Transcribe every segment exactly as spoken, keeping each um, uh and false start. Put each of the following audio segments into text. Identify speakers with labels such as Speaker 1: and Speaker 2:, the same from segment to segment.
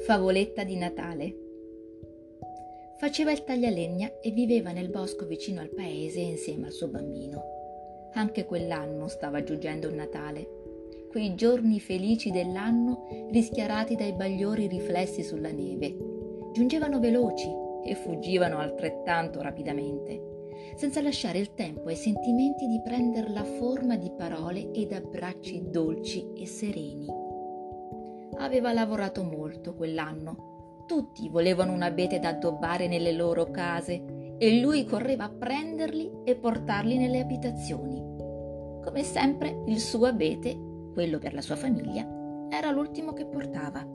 Speaker 1: Favoletta di Natale. Faceva il taglialegna e viveva nel bosco vicino al paese insieme al suo bambino. Anche quell'anno stava giungendo il Natale, quei giorni felici dell'anno rischiarati dai bagliori riflessi sulla neve. Giungevano veloci e fuggivano altrettanto rapidamente, senza lasciare il tempo ai sentimenti di prender la forma di parole ed abbracci dolci e sereni. Aveva lavorato molto quell'anno. Tutti volevano un abete da addobbare nelle loro case e lui correva a prenderli e portarli nelle abitazioni. Come sempre, il suo abete, quello per la sua famiglia, era l'ultimo che portava.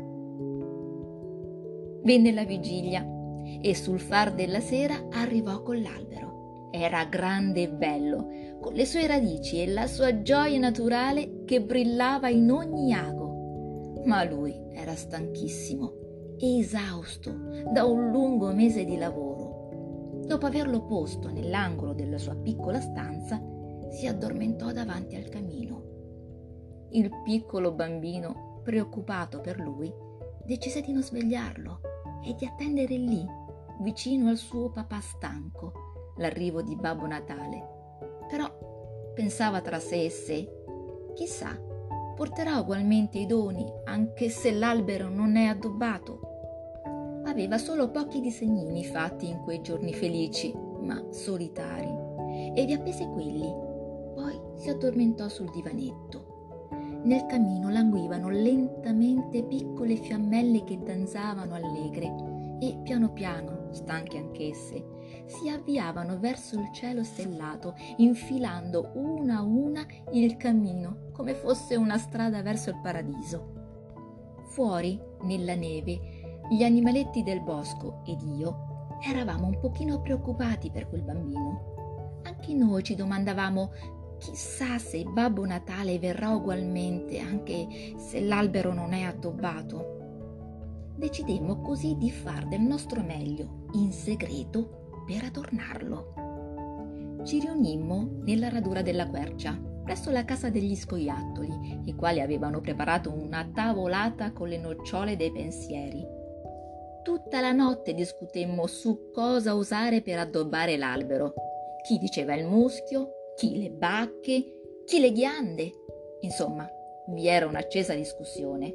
Speaker 1: Venne la vigilia e sul far della sera arrivò con l'albero. Era grande e bello, con le sue radici e la sua gioia naturale che brillava in ogni ago. Ma lui era stanchissimo e esausto da un lungo mese di lavoro. Dopo averlo posto nell'angolo della sua piccola stanza, si addormentò davanti al camino. Il piccolo bambino, preoccupato per lui, decise di non svegliarlo e di attendere lì, vicino al suo papà stanco, l'arrivo di Babbo Natale. Però pensava tra sé e sé: chissà, porterà ugualmente i doni anche se l'albero non è addobbato. Aveva solo pochi disegnini fatti in quei giorni felici, ma solitari, e vi appese quelli. Poi si addormentò sul divanetto. Nel camino languivano lentamente piccole fiammelle che danzavano allegre e piano piano, stanche anch'esse, si avviavano verso il cielo stellato, infilando una a una il cammino come fosse una strada verso il paradiso. Fuori, nella neve, gli animaletti del bosco ed io eravamo un pochino preoccupati per quel bambino. Anche noi ci domandavamo: chissà se Babbo Natale verrà ugualmente anche se l'albero non è addobbato. Decidemmo così di far del nostro meglio, in segreto, per adornarlo. Ci riunimmo nella radura della quercia, presso la casa degli scoiattoli, i quali avevano preparato una tavolata con le nocciole dei pensieri. Tutta la notte discutemmo su cosa usare per addobbare l'albero. Chi diceva il muschio, chi le bacche, chi le ghiande. Insomma, vi era un'accesa discussione.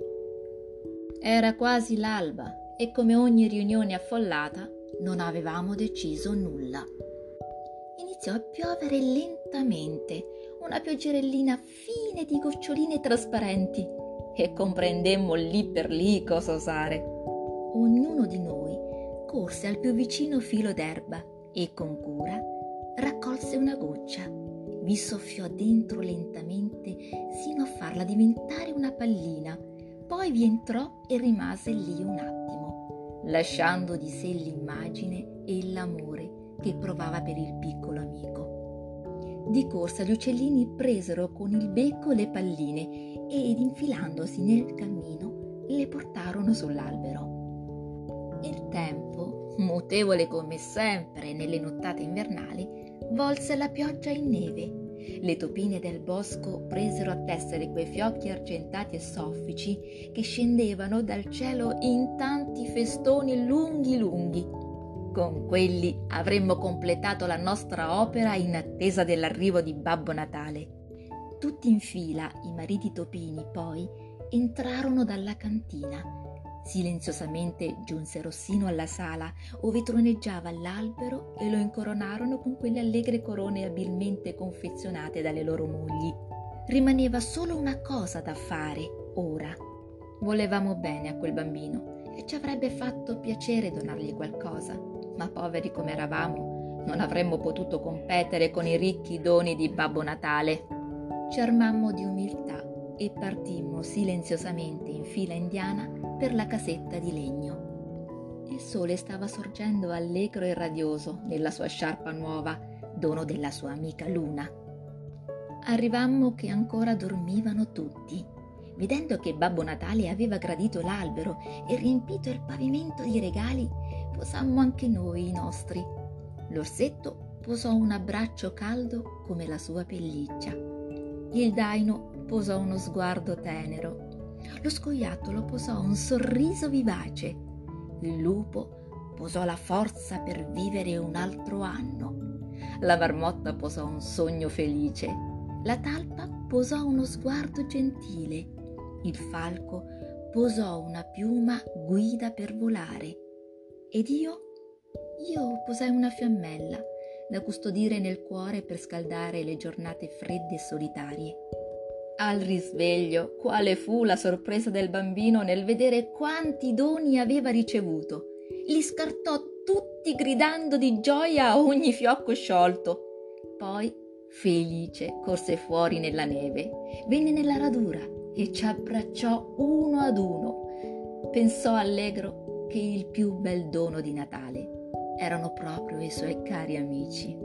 Speaker 1: Era quasi l'alba e, come ogni riunione affollata, non avevamo deciso nulla. Iniziò a piovere lentamente, una pioggerellina fine di goccioline trasparenti, e comprendemmo lì per lì cosa usare. Ognuno di noi corse al più vicino filo d'erba e con cura raccolse una goccia, vi soffiò dentro lentamente sino a farla diventare una pallina. Poi vi entrò e rimase lì un attimo, lasciando di sé l'immagine e l'amore che provava per il piccolo amico. Di corsa gli uccellini presero con il becco le palline ed, infilandosi nel cammino, le portarono sull'albero. Il tempo, mutevole come sempre nelle nottate invernali, volse la pioggia in neve. Le topine del bosco presero a tessere quei fiocchi argentati e soffici che scendevano dal cielo in tanti festoni lunghi lunghi. Con quelli avremmo completato la nostra opera in attesa dell'arrivo di Babbo Natale. Tutti in fila, i mariti topini poi entrarono dalla cantina. Silenziosamente giunsero sino alla sala, ove troneggiava l'albero, e lo incoronarono con quelle allegre corone abilmente confezionate dalle loro mogli. Rimaneva solo una cosa da fare, ora. Volevamo bene a quel bambino e ci avrebbe fatto piacere donargli qualcosa, ma poveri come eravamo, non avremmo potuto competere con i ricchi doni di Babbo Natale. Ci armammo di umiltà e partimmo silenziosamente in fila indiana per la casetta di legno. Il sole stava sorgendo allegro e radioso nella sua sciarpa nuova, dono della sua amica Luna. Arrivammo che ancora dormivano tutti. Vedendo che Babbo Natale aveva gradito l'albero e riempito il pavimento di regali, posammo anche noi i nostri. L'orsetto posò un abbraccio caldo come la sua pelliccia. Il daino posò uno sguardo tenero. Lo scoiattolo posò un sorriso vivace. Il lupo posò la forza per vivere un altro anno. La marmotta posò un sogno felice. La talpa posò uno sguardo gentile. Il falco posò una piuma guida per volare. Ed io? Io posai una fiammella da custodire nel cuore per scaldare le giornate fredde e solitarie. Al risveglio, quale fu la sorpresa del bambino nel vedere quanti doni aveva ricevuto. Li scartò tutti gridando di gioia a ogni fiocco sciolto. Poi, felice, corse fuori nella neve, venne nella radura e ci abbracciò uno ad uno. Pensò allegro che il più bel dono di Natale erano proprio i suoi cari amici.